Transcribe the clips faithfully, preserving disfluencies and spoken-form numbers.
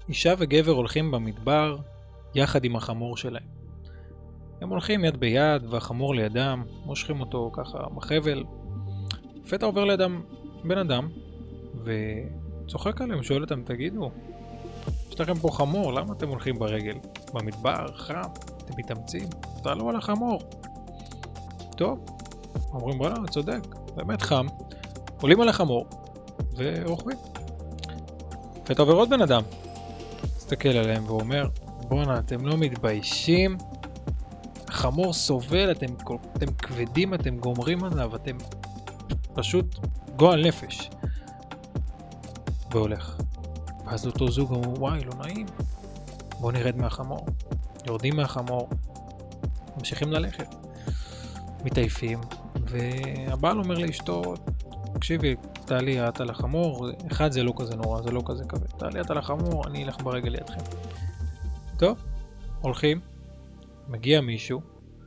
אישה וגבר הולכים במדבר יחד עם החמור שלהם. הם הולכים יד ביד והחמור לידם, מושכים אותו ככה בחבל. לפתע עובר לידם בן אדם וצוחק עליהם, שואל אותם, תגידו, יש לכם פה חמור, למה אתם הולכים ברגל? במדבר, חם, אתם מתאמצים, תעלו על החמור. טוב, אומרים, בוא'נה, צודק, באמת חם. עולים על החמור ורוכבים. לפתע עובר עוד בן אדם, מסתכל עליהם ואומר, בוא'נה, אתם לא מתביישים? החמור סובל, אתם, אתם כבדים, אתם גומרים עליו, אתם פשוט גועל נפש. והולך. ואז אותו זוג אומר, וואי, לא נעים. בואו נרד מהחמור. יורדים מהחמור. ממשיכים ללכת. מתעייפים. והבעל אומר לאשתו, תקשיבי, תעלי את על החמור. אחד, זה לא כזה נורא, זה לא כזה כבד. תעלי את על החמור, אני אלך ברגל לידכם. טוב, הולכים. מגיע מישהו.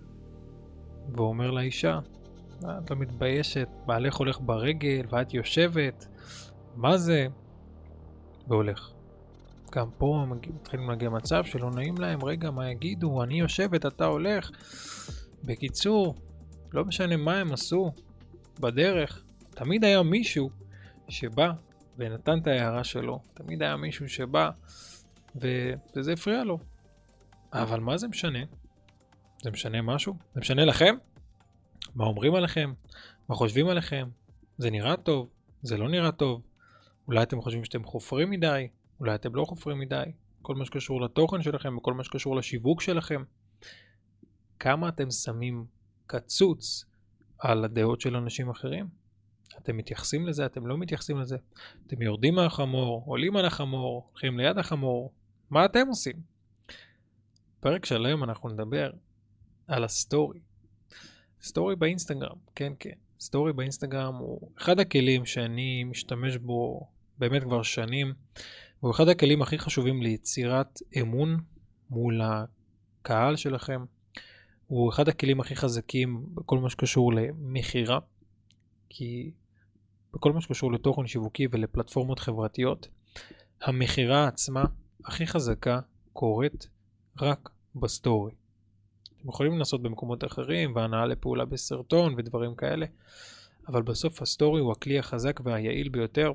ואומר לאישה, את לא מתביישת, בעלך הולך ברגל ואת יושבת, מה זה? והולך. גם פה מתחילים להגיע מצב שלא נעים להם, רגע, מה יגידו? אני יושבת, אתה הולך. בקיצור, לא משנה מה הם עשו בדרך, תמיד היה מישהו שבא ונתן את ההערה שלו, תמיד היה מישהו שבא ו... וזה הפריע לו. אבל מה זה משנה? זה משנה משהו? זה משנה לכם? מה אומרים עליכם? מה חושבים עליכם? זה נראה טוב? זה לא נראה טוב? אולי אתם חושבים שאתם חופרים מדי? אולי אתם לא חופרים מדי? כל מה שקשור לתוכן שלכם וכל מה שקשור לשיווק שלכם. כמה אתם שמים קצוץ על הדעות של אנשים אחרים? אתם מתייחסים לזה? אתם לא מתייחסים לזה? אתם יורדים מהחמור, עולים על החמור, הולכים ליד החמור. מה אתם עושים? פרק של היום אנחנו נדבר על הסטורי. סטורי באינסטגרם, כן כן. סטורי באינסטגרם הוא אחד הכלים שאני משתמש בו באמת כבר שנים, והוא אחד הכלים הכי חשובים ליצירת אמון מול הקהל שלכם. הוא אחד הכלים הכי חזקים בכל מה שקשור למחירה, כי בכל מה שקשור לתוכן שיווקי ולפלטפורמות חברתיות, המחירה עצמה הכי חזקה קורית רק בסטורי. אתם יכולים לנסות במקומות אחרים, והנעה לפעולה בסרטון ודברים כאלה, אבל בסוף הסטורי הוא הכלי החזק והיעיל ביותר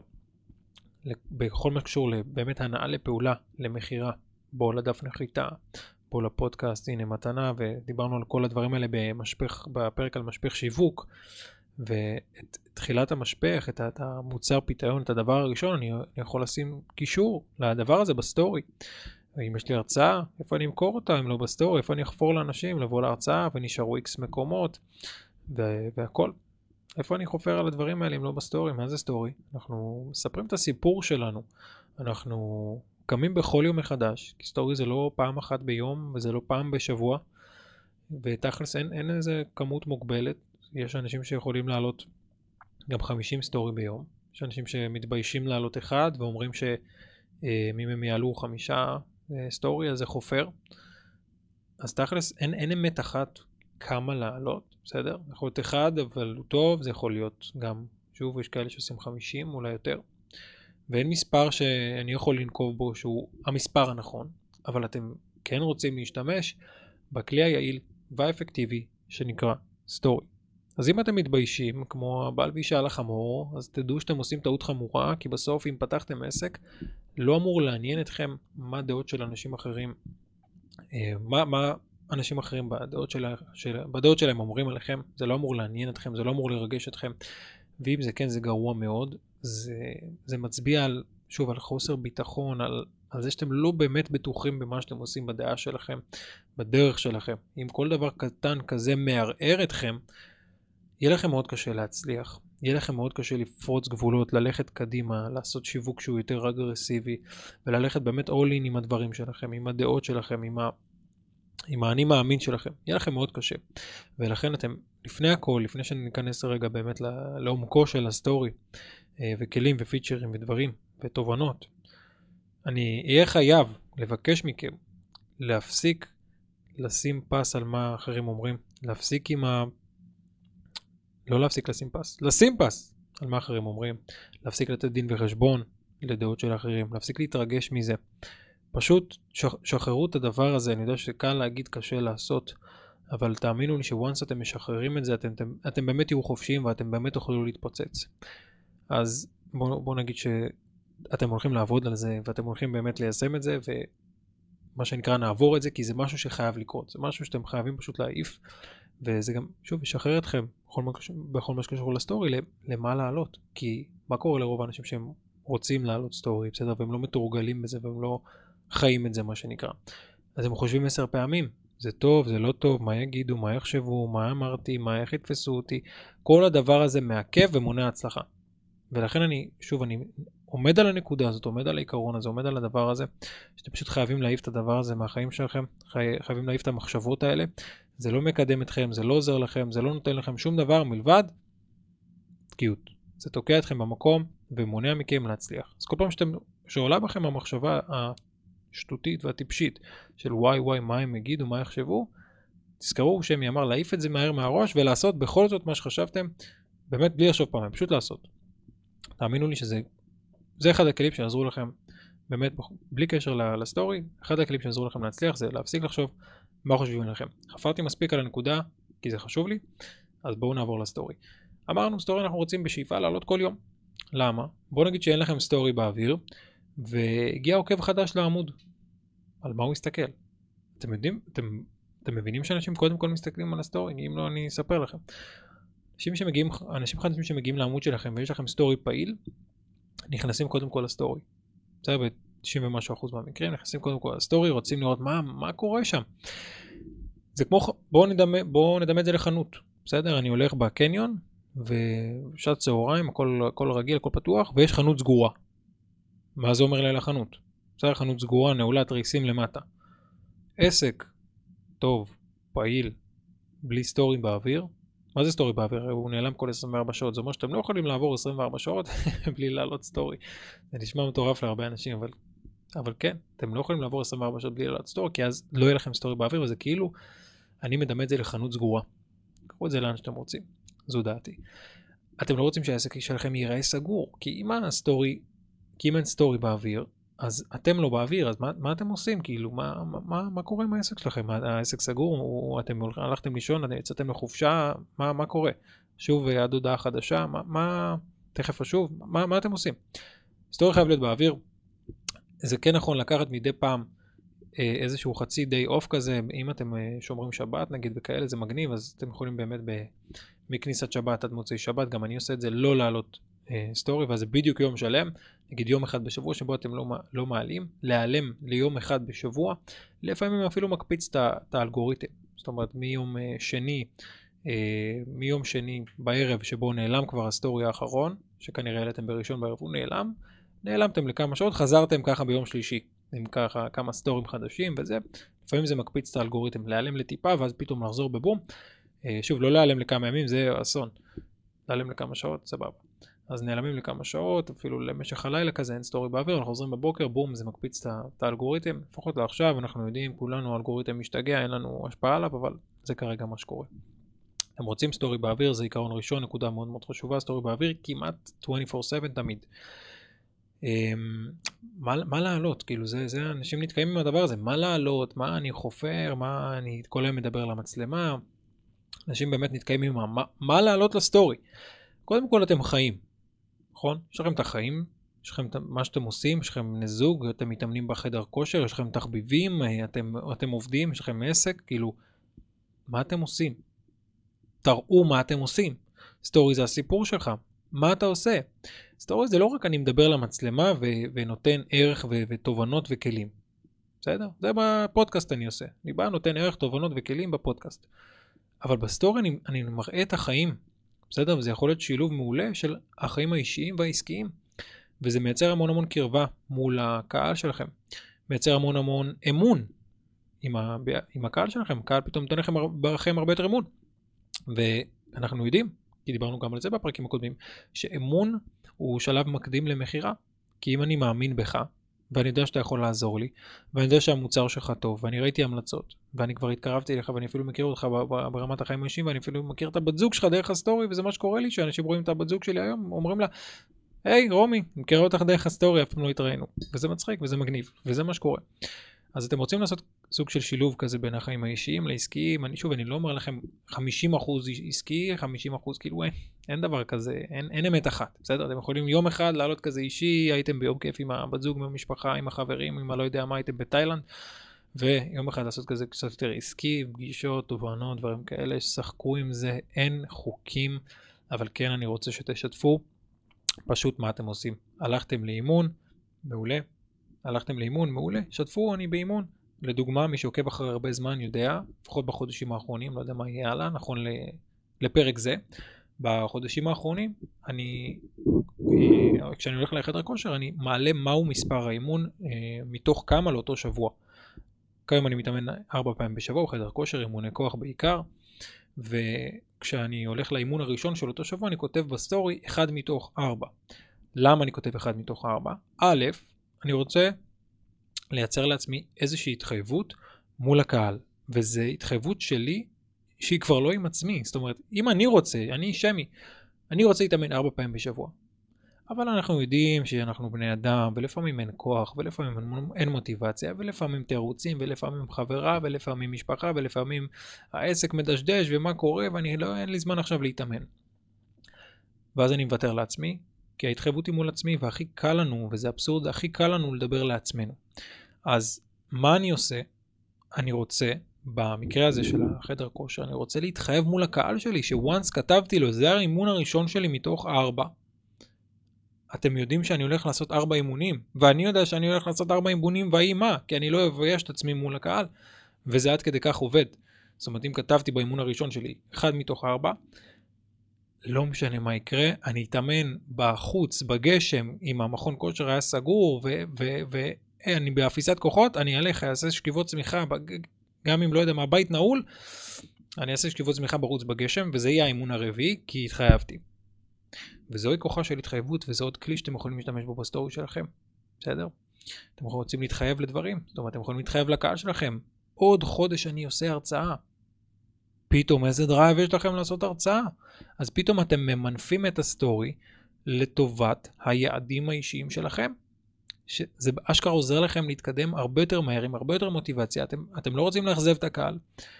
בכל מה שקשור באמת הנעה לפעולה, למחירה, בו לדף נחיתה, בו לפודקאסט, הנה מתנה, ודיברנו על כל הדברים האלה במשפך, בפרק על משפך שיווק, ואת תחילת המשפך, את, את המוצר פיתיון, את הדבר הראשון, אני, אני יכול לשים קישור לדבר הזה בסטורי. אם יש לי הרצאה, איפה אני אמכור אותה, אם לא בסטורי, איפה אני אחפור לאנשים, לבוא להרצאה, ונשארו איקס מקומות, והכל. איפה אני חופר על הדברים האלה, אם לא בסטורי? מה זה סטורי? אנחנו מספרים את הסיפור שלנו. אנחנו קמים בכל יום מחדש, כי סטורי זה לא פעם אחת ביום, וזה לא פעם בשבוע, ותכלס אין, אין איזה כמות מוגבלת. יש אנשים שיכולים לעלות גם חמישים סטורי ביום. יש אנשים שמתביישים לעלות אחד, ואומרים שאם הם יעלו חמישה סטורי, אז זה חופר. אז תכלס אין, אין אמת אחת כמה לעלות, בסדר? זה יכול להיות אחד, אבל הוא טוב, זה יכול להיות גם, שוב, יש כאלה שעושים חמישים, אולי יותר. ואין מספר שאני יכול לנקוב בו שהוא המספר הנכון, אבל אתם כן רוצים להשתמש בכלי היעיל והאפקטיבי שנקרא סטורי. אז אם אתם מתביישים, כמו הבעל ואישה על החמור, אז תדעו שאתם עושים טעות חמורה, כי בסוף אם פתחתם עסק, לא אמור לעניין אתכם מה דעות של אנשים אחרים, מה, מה אנשים אחרים בדעות, של, של, בדעות שלהם אומרים עליכם, זה לא אמור לעניין אתכם, זה לא אמור לרגש אתכם, ואם זה כן, זה גרוע מאוד, זה, זה מצביע על, שוב, על חוסר ביטחון, על, על זה שאתם לא באמת בטוחים במה שאתם עושים בדעה שלכם, בדרך שלכם. אם כל דבר קטן כזה מערער אתכם, יהיה לכם מאוד קשה להצליח, יהיה לכם מאוד קשה לפרוץ גבולות, ללכת קדימה, לעשות שיווק שהוא יותר אגרסיבי, וללכת באמת all in עם הדברים שלכם, עם הדעות שלכם, עם, ה... עם האני מאמין שלכם. יהיה לכם מאוד קשה. ולכן אתם, לפני הכל, לפני שניכנס רגע באמת לעומקו של הסטורי, וכלים ופיצ'רים ודברים ותובנות, אני אהיה חייב לבקש מכם להפסיק לשים פס על מה אחרים אומרים, להפסיק עם ה... לא להפסיק לשים פס, לשים פס על מה אחרים אומרים, להפסיק לתת דין וחשבון לדעות של אחרים, להפסיק להתרגש מזה, פשוט שחררו את הדבר הזה, אני יודע שקל להגיד, קשה לעשות, אבל תאמינו לי שוואנס אתם משחררים את זה, אתם, אתם, אתם באמת תהיו חופשיים ואתם באמת תוכלו להתפוצץ. אז בואו בוא נגיד שאתם הולכים לעבוד על זה, ואתם הולכים באמת ליישם את זה, ומה שנקרא נעבור את זה, כי זה משהו שחייב לקרות, זה משהו שאתם חייבים פשוט להעיף, וזה גם, שוב, ישחרר אתכם בכל מה, בכל מה שקשור לסטורי, למה לעלות, כי מה קורה לרוב האנשים שהם רוצים לעלות סטורי, בסדר, והם לא מתורגלים בזה, והם לא חיים את זה, מה שנקרא. אז הם חושבים עשר פעמים, זה טוב, זה לא טוב, מה יגידו, מה יחשבו, מה אמרתי, מה איך יתפסו אותי, כל הדבר הזה מעכב ומונע הצלחה. ולכן אני, שוב, אני עומד על הנקודה הזאת, עומד על העיקרון הזה, עומד על הדבר הזה, שאתם פשוט חייבים להעיף את הדבר הזה מהחיים שלכם, חי, חייבים להעיף את המחשבות האלה, זה לא מקדם אתכם, זה לא עוזר לכם, זה לא נותן לכם שום דבר מלבד תקיעות. זה תוקע אתכם במקום ומונע מכם להצליח. אז כל פעם שאתם, שעולה בכם המחשבה השטותית והטיפשית של וואי וואי מה הם יגידו, מה יחשבו, תזכרו שהם יאמר להעיף את זה מהר מהראש ולעשות בכל זאת מה שחשבתם, באמת בלי לחשוב פעמים, פשוט לעשות. תאמינו לי שזה זה אחד הכלים שיעזרו לכם, באמת בלי קשר לסטורי, אחד הכלים שיעזרו לכם להצליח זה להפסיק לחשוב מה חושבים לכם. חפרתי מספיק על הנקודה כי זה חשוב לי, אז בואו נעבור לסטורי. אמרנו סטורי אנחנו רוצים בשאיפה לעלות כל יום. למה? בואו נגיד שאין לכם סטורי באוויר, והגיע עוקב חדש לעמוד. על מה הוא יסתכל? אתם יודעים, אתם, אתם מבינים שאנשים קודם כל מסתכלים על הסטורי? אם לא אני אספר לכם. אנשים שמגיעים, אנשים חדשים שמגיעים לעמוד שלכם ויש לכם סטורי פעיל, נכנסים קודם כל לסטורי. בסדר, ב-תשעים ומשהו אחוז מהמקרים, נכנסים קודם כל לסטורי, רוצים לראות מה, מה קורה שם. זה כמו, בואו נדמה, בואו נדמה את זה לחנות. בסדר, אני הולך בקניון, ושעת צהריים, הכל, הכל רגיל, הכל פתוח, ויש חנות סגורה. מה זה אומר לי לחנות? בסדר, חנות סגורה, נעולה, תריסים למטה. עסק, טוב, פעיל, בלי סטורי באוויר. מה זה סטורי באוויר? הוא נעלם כל עשרים וארבע שעות. זה אומר שאתם לא יכולים לעבור עשרים וארבע שעות בלי לעלות סטורי. זה נשמע מטורף להרבה אנשים, אבל, אבל כן, אתם לא יכולים לעבור עשרים וארבע שעות בלי לעלות סטורי, כי אז לא יהיה לכם סטורי באוויר, וזה כאילו, אני מדמה את זה לחנות סגורה. קחו את זה לאן שאתם רוצים. זו דעתי. אתם לא רוצים שהעסק שלכם ייראה סגור, כי אם הסטורי, כי אם אין סטורי באוויר, אז אתם לא באוויר, אז מה, מה אתם עושים? כאילו, מה, מה, מה קורה עם העסק שלכם? העסק סגור, או אתם הלכתם לישון, אתם יצאתם לחופשה, מה, מה קורה? שוב, עד הודעה חדשה, מה, מה, תכף שוב, מה, מה אתם עושים? סטורי חייב להיות באוויר. זה כן נכון לקחת מדי פעם איזשהו חצי די אוף כזה, אם אתם שומרים שבת, נגיד, וכאלה, זה מגניב, אז אתם יכולים באמת ב... מכניסת שבת עד מוצאי שבת, גם אני עושה את זה לא לעלות אה, סטורי, וזה בדיוק יום שלם, נגיד יום אחד בשבוע שבו אתם לא, לא מעלים, להיעלם ליום אחד בשבוע, לפעמים אפילו מקפיץ את האלגוריתם, זאת אומרת מיום אה, שני, אה, מיום שני בערב שבו נעלם כבר הסטורי האחרון, שכנראה העליתם בראשון בערב הוא נעלם, נעלמתם לכמה שעות, חזרתם ככה ביום שלישי, עם ככה כמה סטורים חדשים וזה, לפעמים זה מקפיץ את האלגוריתם, להיעלם לטיפה ואז פתאום לחזור בבום, שוב, לא להיעלם לכמה ימים, זה אסון. להיעלם לכמה שעות, סבבה. אז נעלמים לכמה שעות, אפילו למשך הלילה כזה, אין סטורי באוויר, אנחנו חוזרים בבוקר, בום, זה מקפיץ את האלגוריתם. לפחות לעכשיו, אנחנו יודעים, כולנו האלגוריתם משתגע, אין לנו השפעה עליו, אבל זה כרגע מה שקורה. אתם רוצים סטורי באוויר, זה עיקרון ראשון, נקודה מאוד מאוד חשובה, סטורי באוויר כמעט עשרים וארבע שבע תמיד. מה, מה לעלות? כאילו זה, זה, אנשים נתקעים עם הדבר הזה, מה לעלות? מה אני חופר? מה אני כל היום מדבר למצלמה? אנשים באמת נתקעים עם מה, מה לעלות לסטורי. קודם כל אתם חיים, נכון? יש לכם את החיים, יש לכם את מה שאתם עושים, יש לכם נזוג, אתם מתאמנים בחדר כושר, יש לכם תחביבים, אתם, אתם עובדים, יש לכם עסק, כאילו, מה אתם עושים? תראו מה אתם עושים. סטורי זה הסיפור שלך. מה אתה עושה? סטורי זה לא רק אני מדבר למצלמה ו- ונותן ערך ו- ותובנות וכלים. בסדר? זה בפודקאסט אני עושה. אני בא נותן ערך, תובנות וכלים בפודקאסט. אבל בסטורי אני, אני מראה את החיים, בסדר? וזה יכול להיות שילוב מעולה של החיים האישיים והעסקיים, וזה מייצר המון המון קרבה מול הקהל שלכם, מייצר המון המון אמון עם, ה, עם הקהל שלכם, הקהל פתאום נותן לכם בכם הרבה יותר אמון, ואנחנו יודעים, כי דיברנו גם על זה בפרקים הקודמים, שאמון הוא שלב מקדים למחירה, כי אם אני מאמין בך, ואני יודע שאתה יכול לעזור לי, ואני יודע שהמוצר שלך טוב, ואני ראיתי המלצות, ואני כבר התקרבתי אליך, ואני אפילו מכיר אותך ברמת החיים האישיים, ואני אפילו מכיר את הבת זוג שלך דרך הסטורי, וזה מה שקורה לי, שאנשים רואים את הבת זוג שלי היום, אומרים לה, היי, רומי, מכירה אותך דרך הסטורי, אף פעם לא התראינו. וזה מצחיק וזה מגניב, וזה מה שקורה. אז אתם רוצים לעשות סוג של שילוב כזה בין החיים האישיים לעסקיים. אני שוב, אני לא אומר לכם חמישים אחוז עסקי, חמישים אחוז כאילו אין, אין דבר כזה, אין, אין אמת אחת, בסדר? אתם יכולים יום אחד לעלות כזה אישי, הייתם ביום כיף עם הבת זוג, עם המשפחה, עם החברים, עם הלא יודע מה, הייתם בתאילנד, ויום אחד לעשות כזה קצת יותר עסקי, פגישות, תובנות, דברים כאלה, ששחקו עם זה, אין חוקים, אבל כן אני רוצה שתשתפו, פשוט מה אתם עושים. הלכתם לאימון, מעולה. הלכתם לאימון, מעולה, שתפו, אני באימון. לדוגמה, מי שעוקב אחרי הרבה זמן יודע, לפחות בחודשים האחרונים, לא יודע מה יהיה הלאה, נכון לפרק זה, בחודשים האחרונים, אני, כשאני הולך לחדר כושר, אני מעלה מהו מספר האימון מתוך כמה לאותו שבוע. כיום אני מתאמן ארבע פעמים בשבוע, בחדר כושר, אימוני כוח בעיקר, וכשאני הולך לאימון הראשון של אותו שבוע, אני כותב בסטורי אחד מתוך ארבע. למה אני כותב אחד מתוך ארבע? א', אני רוצה לייצר לעצמי איזושהי התחייבות מול הקהל, וזו התחייבות שלי שהיא כבר לא עם עצמי. זאת אומרת, אם אני רוצה, אני שמי, אני רוצה להתאמן ארבע פעמים בשבוע. אבל אנחנו יודעים שאנחנו בני אדם, ולפעמים אין כוח, ולפעמים אין מוטיבציה, ולפעמים תירוצים, ולפעמים חברה, ולפעמים משפחה, ולפעמים העסק מדשדש, ומה קורה, ואני לא, אין לי זמן עכשיו להתאמן. ואז אני מוותר לעצמי, כי ההתחייבות היא מול עצמי, והכי קל לנו, וזה אבסורד, הכי קל לנו לדבר לעצמנו. אז מה אני עושה? אני רוצה, במקרה הזה של החדר כושר, אני רוצה להתחייב מול הקהל שלי, שוואנס כתבתי לו, זה האימון הראשון שלי מתוך ארבע. אתם יודעים שאני הולך לעשות ארבע אימונים, ואני יודע שאני הולך לעשות ארבע אימונים, והיא מה? כי אני לא אבייש את עצמי מול הקהל, וזה עד כדי כך עובד. זאת אומרת, אם כתבתי באימון הראשון שלי, אחד מתוך ארבע, לא משנה מה יקרה, אני אתאמן בחוץ, בגשם, אם המכון כושר היה סגור, ואני באפיסת כוחות, אני אלך, אעשה שכיבות צמיחה, גם אם לא יודע מה, הבית נעול, אני אעשה שכיבות צמיחה בחוץ בגשם, וזה יהיה האימון הרביעי, כי התחייבתי. וזוהי כוחה של התחייבות, וזה עוד כלי שאתם יכולים להשתמש בו בסטורי שלכם. בסדר? אתם רוצים להתחייב לדברים, זאת אומרת, אתם יכולים להתחייב לקהל שלכם. עוד חודש אני עושה הרצאה. פתאום איזה דרייב יש לכם לעשות הרצאה? אז פתאום אתם ממנפים את הסטורי לטובת היעדים האישיים שלכם. שזה אשכרה עוזר לכם להתקדם הרבה יותר מהר, עם הרבה יותר מוטיבציה. אתם, אתם לא רוצים להחזב את הקהל.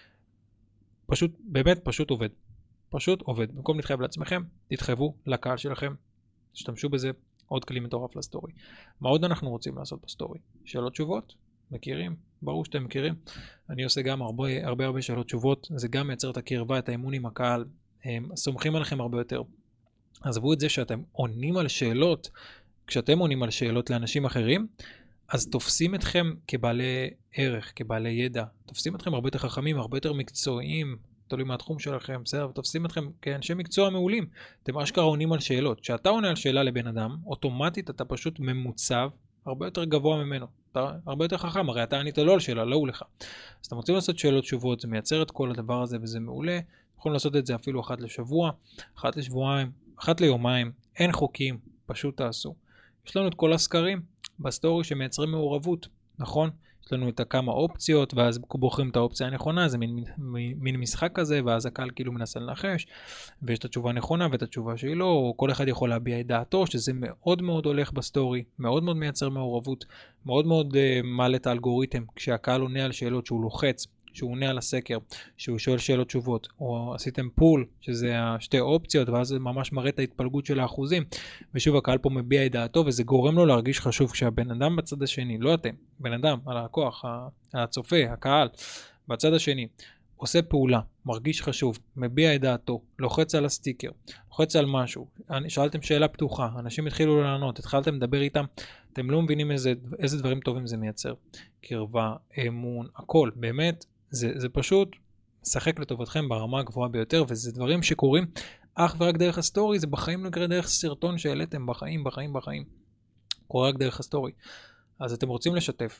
פשוט, באמת פשוט עובד. פשוט עובד. במקום להתחייב לעצמכם, תתחייבו לקהל שלכם. תשתמשו בזה, עוד כלי מטורף לסטורי. מה עוד אנחנו רוצים לעשות בסטורי? שאלות תשובות? מכירים? ברור שאתם מכירים. אני עושה גם הרבה הרבה הרבה שאלות תשובות. זה גם מייצר את הקרבה, את האמון עם הקהל. הם סומכים עליכם הרבה יותר. עזבו את זה שאתם עונים על שאלות. כשאתם עונים על שאלות לאנשים אחרים, אז תופסים אתכם כבעלי ערך, כבעלי ידע. תופסים אתכם הרבה יותר חכמים, הרבה יותר מקצועיים, תלוי מהתחום שלכם, בסדר? ותופסים אתכם כאנשי מקצוע מעולים. אתם אשכרה עונים על שאלות. כשאתה עונה על שאלה לבן אדם, אוטומטית אתה פשוט ממוצב הרבה יותר גבוה ממנו. אתה הרבה יותר חכם, הרי אתה ענית לא על שאלה, לא הוא לך. אז אתם רוצים לעשות שאלות תשובות, זה מייצר את כל הדבר הזה וזה מעולה. יכולים לעשות את זה אפילו אחת לשבוע, אחת לשבועיים, אחת ליומיים. אין חוקים, פשוט תעשו. יש לנו את כל הסקרים בסטורי שמייצרים מעורבות, נכון? יש לנו את כמה אופציות, ואז בוחרים את האופציה הנכונה, זה מין, מין, מין משחק כזה, ואז הקהל כאילו מנסה לנחש, ויש את התשובה הנכונה ואת התשובה שהיא לא, או כל אחד יכול להביע את דעתו, שזה מאוד מאוד הולך בסטורי, מאוד מאוד מייצר מעורבות, מאוד מאוד uh, מעלה את האלגוריתם, כשהקהל עונה על שאלות שהוא לוחץ, שהוא עונה על הסקר, שהוא שואל שאלות תשובות, או עשיתם פול, שזה השתי אופציות, ואז זה ממש מראה את ההתפלגות של האחוזים, ושוב הקהל פה מביע את דעתו, וזה גורם לו להרגיש חשוב, כשהבן אדם בצד השני, לא אתם, בן אדם, הלקוח, הצופה, הקהל, בצד השני, עושה פעולה, מרגיש חשוב, מביע את דעתו, לוחץ על הסטיקר, לוחץ על משהו, שאלתם שאלה פתוחה, אנשים התחילו לענות, התחלתם לדבר איתם, אתם לא מבינים איזה, איזה דברים טובים זה מייצר, קרבה, אמון, הכל, באמת, זה, זה פשוט משחק לטובתכם ברמה הגבוהה ביותר, וזה דברים שקורים אך ורק דרך הסטורי, זה בחיים לא קורה דרך סרטון שהעליתם בחיים, בחיים, בחיים. קורה רק דרך הסטורי. אז אתם רוצים לשתף,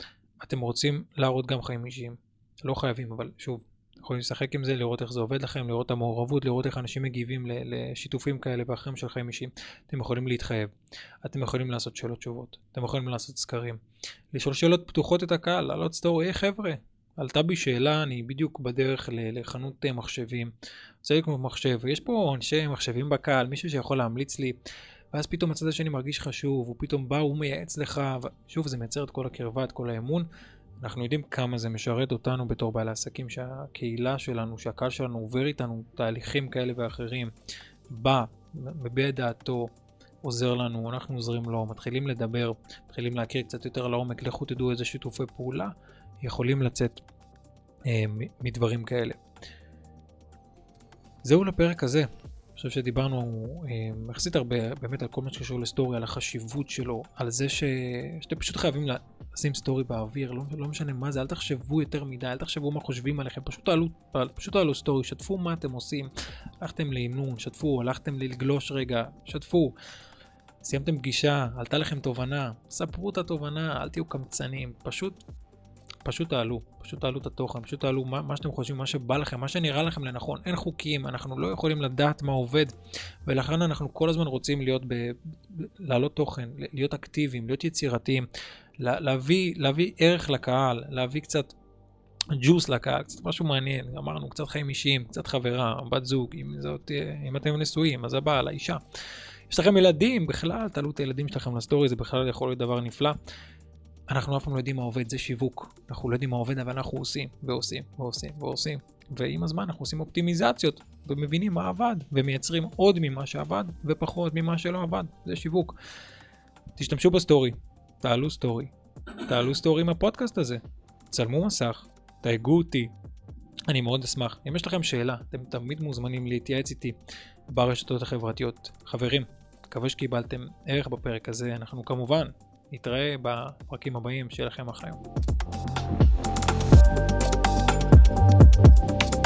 אתם רוצים להראות גם חיים אישיים, לא חייבים, אבל שוב, יכולים לשחק עם זה, לראות איך זה עובד לכם, לראות את המעורבות, לראות איך אנשים מגיבים לשיתופים כאלה ואחרים של חיים אישיים. אתם יכולים להתחייב, אתם יכולים לעשות שאלות תשובות, אתם יכולים לעשות סקרים, לשאול שאלות פתוחות את הקהל, לעלות סטורי, היי חבר'ה, עלתה בי שאלה, אני בדיוק בדרך לחנות מחשבים, רוצה לקנות מחשב, יש פה אנשי מחשבים בקהל, מישהו שיכול להמליץ לי, ואז פתאום הצד השני מרגיש חשוב, ופתאום בא, הוא מייעץ לך, ושוב, זה מייצר את כל הקרבה, את כל האמון. אנחנו יודעים כמה זה משרת אותנו בתור בעלי עסקים, שהקהילה שלנו, שהקהל שלנו עובר איתנו תהליכים כאלה ואחרים, בא, מביע דעתו, עוזר לנו, אנחנו עוזרים לו, מתחילים לדבר, מתחילים להכיר קצת יותר לעומק, לכו תדעו איזה שיתופי פעולה, יכולים לצאת אה, מדברים כאלה. זהו לפרק הזה. אני חושב שדיברנו אה, יחסית הרבה באמת על כל מה שקשור לסטורי, על החשיבות שלו, על זה ש... שאתם פשוט חייבים לשים סטורי באוויר, לא, לא משנה מה זה, אל תחשבו יותר מדי, אל תחשבו מה חושבים עליכם, פשוט תעלו, פשוט תעלו סטורי, שתפו מה אתם עושים, הלכתם לאימון, שתפו, הלכתם לגלוש רגע, שתפו, סיימתם פגישה, עלתה לכם תובנה, ספרו את התובנה, אל תהיו קמצנים, פשוט, פשוט תעלו, פשוט תעלו את התוכן, פשוט תעלו מה, מה שאתם חושבים, מה שבא לכם, מה שנראה לכם לנכון. אין חוקים, אנחנו לא יכולים לדעת מה עובד, ולכן אנחנו כל הזמן רוצים להיות, ב, לעלות תוכן, להיות אקטיביים, להיות יצירתיים, לה, להביא, להביא ערך לקהל, להביא קצת ג'וס לקהל, קצת משהו מעניין, אמרנו, קצת חיים אישיים, קצת חברה, בת זוג, אם, זאת, אם אתם נשואים, אז הבעל, האישה. יש לכם ילדים, בכלל, תעלו את הילדים שלכם לסטורי, זה בכלל יכול להיות דבר נפלא. אנחנו אף פעם לא יודעים מה עובד, זה שיווק. אנחנו לא יודעים מה עובד, אבל אנחנו עושים, ועושים, ועושים, ועושים. ועם הזמן אנחנו עושים אופטימיזציות, ומבינים מה עבד, ומייצרים עוד ממה שעבד, ופחות ממה שלא עבד. זה שיווק. תשתמשו בסטורי, תעלו סטורי, תעלו סטורי עם הפודקאסט הזה, צלמו מסך, תייגו אותי. אני מאוד אשמח. אם יש לכם שאלה, אתם תמיד מוזמנים להתייעץ איתי ברשתות החברתיות. חברים, מקווה שקיבלתם ערך בפרק הזה. אנחנו כמובן נתראה בפרקים הבאים. שיהיה לכם החיים.